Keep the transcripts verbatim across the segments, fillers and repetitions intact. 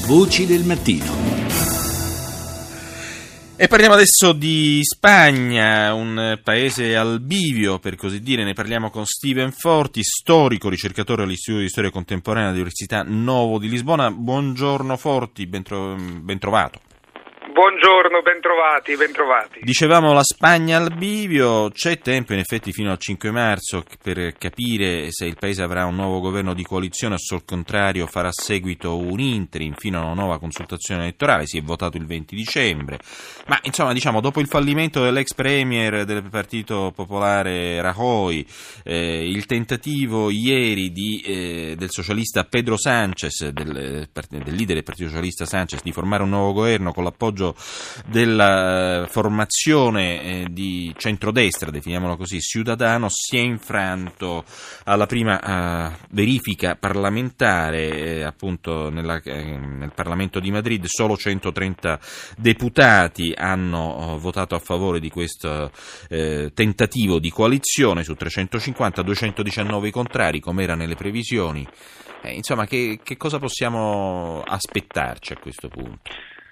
Voci del mattino. E parliamo adesso di Spagna, un paese al bivio, per così dire. Ne parliamo con Steven Forti, storico, ricercatore all'Istituto di Storia Contemporanea dell'Università Novo di Lisbona. Buongiorno Forti, ben, tro- ben trovato. Buongiorno, bentrovati, bentrovati. Dicevamo la Spagna al bivio, c'è tempo in effetti fino al cinque marzo per capire se il paese avrà un nuovo governo di coalizione o se al contrario farà seguito un interim fino a una nuova consultazione elettorale. Si è votato il venti dicembre, ma insomma diciamo dopo il fallimento dell'ex premier del Partito Popolare Rajoy, eh, il tentativo ieri di, eh, del socialista Pedro Sánchez, del, del leader del Partito Socialista Sánchez, di formare un nuovo governo con l'appoggio della formazione eh, di centrodestra, definiamolo così, Ciudadanos, si è infranto alla prima uh, verifica parlamentare, eh, appunto nella, eh, nel Parlamento di Madrid. Solo centotrenta deputati hanno uh, votato a favore di questo eh, tentativo di coalizione su trecentocinquanta, duecentodiciannove contrari, come era nelle previsioni. Eh, insomma, che, che cosa possiamo aspettarci a questo punto?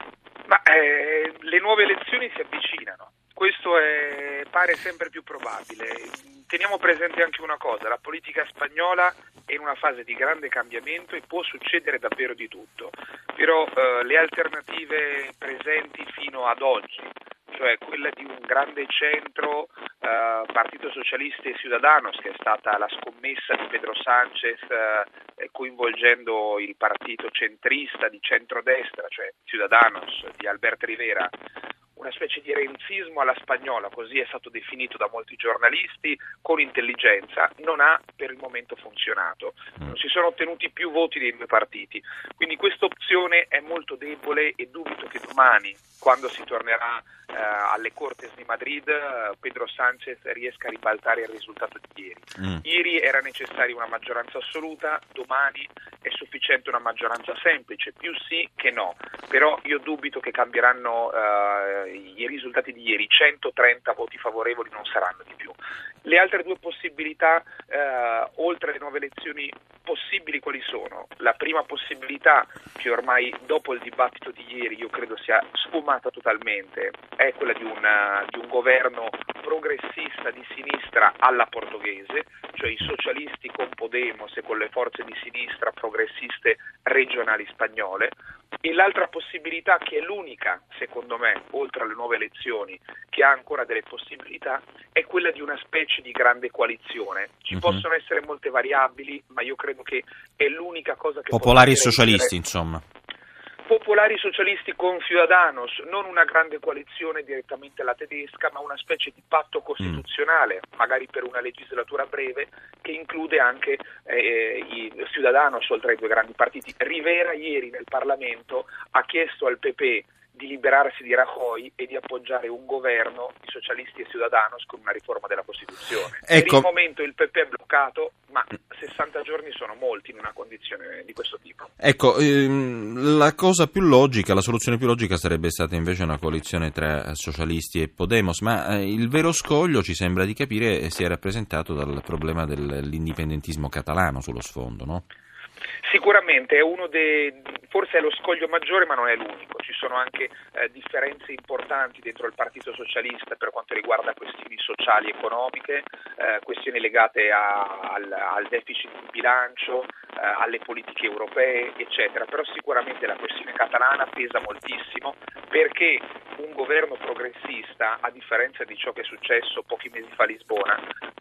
Ma eh, le nuove elezioni si avvicinano, questo è, pare sempre più probabile. Teniamo presente anche una cosa: la politica spagnola è in una fase di grande cambiamento e può succedere davvero di tutto, però eh, le alternative presenti fino ad oggi, cioè quella di un grande centro, eh, Partito Socialista e Ciudadanos, che è stata la scommessa di Pedro Sánchez, eh, coinvolgendo il partito centrista di centrodestra, cioè Ciudadanos di Albert Rivera, una specie di renzismo alla spagnola, così è stato definito da molti giornalisti, con intelligenza, non ha per il momento funzionato. Non si sono ottenuti più voti dei due partiti, quindi questa opzione è molto debole e dubito che domani, quando si tornerà eh, alle Cortes di Madrid, eh, Pedro Sánchez riesca a ribaltare il risultato di ieri. Mm. Ieri era necessaria una maggioranza assoluta, domani è sufficiente una maggioranza semplice, più sì che no, però io dubito che cambieranno eh, i risultati di ieri. Centotrenta voti favorevoli non saranno di più. Le altre due possibilità, eh, oltre alle nuove elezioni possibili, quali sono? La prima possibilità, che ormai dopo il dibattito di ieri io credo sia sfumata totalmente, è quella di, una, di un governo progressista di sinistra alla portoghese, cioè i socialisti con Podemos e con le forze di sinistra progressiste regionali spagnole. E l'altra possibilità, che è l'unica, secondo me, oltre alle nuove elezioni, che ha ancora delle possibilità, è quella di una specie di grande coalizione. Ci uh-huh. possono essere molte variabili, ma io credo che è l'unica cosa che popolari e socialisti, insomma. Popolari socialisti con Ciudadanos, non una grande coalizione direttamente alla tedesca, ma una specie di patto costituzionale, mm. magari per una legislatura breve, che include anche eh, i Ciudadanos, oltre ai due grandi partiti. Rivera ieri nel Parlamento ha chiesto al P P di liberarsi di Rajoy e di appoggiare un governo di socialisti e Ciudadanos con una riforma della Costituzione. Ecco. Per il momento il P P è bloccato, ma sessanta giorni sono molti in una condizione di questo tipo. Ecco, ehm, la cosa più logica, la soluzione più logica sarebbe stata invece una coalizione tra socialisti e Podemos, ma eh, il vero scoglio, ci sembra di capire, si è rappresentato dal problema dell'indipendentismo catalano sullo sfondo, no? Sicuramente è uno dei, forse è lo scoglio maggiore, ma non è l'unico. Ci sono anche eh, differenze importanti dentro il Partito Socialista per quanto riguarda questioni sociali e economiche, eh, questioni legate a, al, al deficit di bilancio, eh, alle politiche europee, eccetera. Però sicuramente la questione catalana pesa moltissimo, perché un governo progressista, a differenza di ciò che è successo pochi mesi fa a Lisbona,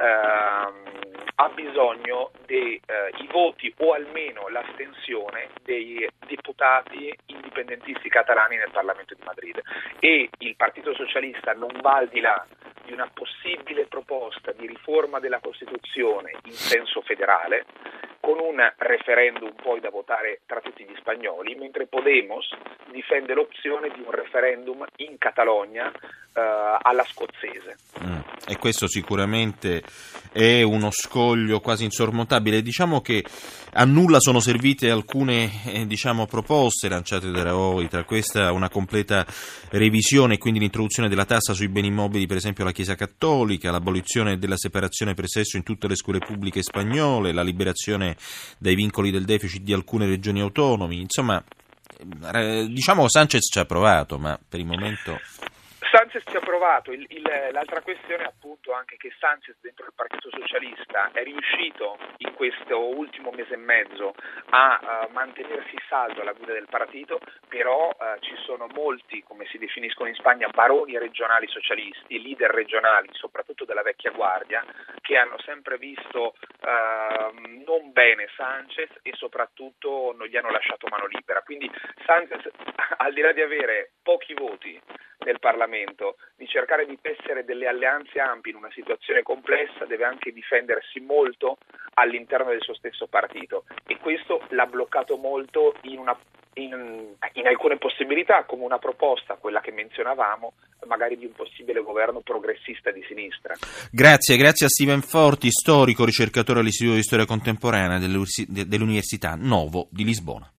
ehm, ha bisogno dei eh, voti o almeno l'astensione dei deputati indipendentisti catalani nel Parlamento di Madrid, e il Partito Socialista non va al di là di una possibile proposta di riforma della Costituzione in senso federale, con un referendum poi da votare tra tutti gli spagnoli, mentre Podemos difende l'opzione di un referendum in Catalogna eh, alla scozzese. Mm. E questo sicuramente è uno scoglio quasi insormontabile. Diciamo che a nulla sono servite alcune eh, diciamo, proposte lanciate da Rajoy, tra queste una completa revisione e quindi l'introduzione della tassa sui beni immobili, per esempio la Chiesa Cattolica, l'abolizione della separazione per sesso in tutte le scuole pubbliche spagnole, la liberazione dai vincoli del deficit di alcune regioni autonome. Insomma, eh, diciamo Sanchez ci ha provato, ma per il momento... Sanchez ci ha provato, il, il, l'altra questione è appunto anche che Sanchez dentro il Partito Socialista è riuscito in questo ultimo mese e mezzo a uh, mantenersi saldo alla guida del partito, però uh, ci sono molti, come si definiscono in Spagna, baroni regionali socialisti, leader regionali, soprattutto della vecchia guardia, che hanno sempre visto uh, non bene Sanchez e soprattutto non gli hanno lasciato mano libera. Quindi Sanchez, al di là di avere pochi voti nel Parlamento, di cercare di tessere delle alleanze ampie in una situazione complessa, deve anche difendersi molto all'interno del suo stesso partito, e questo l'ha bloccato molto in, una, in, in alcune possibilità, come una proposta, quella che menzionavamo, magari di un possibile governo progressista di sinistra. Grazie, grazie a Steven Forti, storico, ricercatore all'Istituto di Storia Contemporanea dell'Università Novo di Lisbona.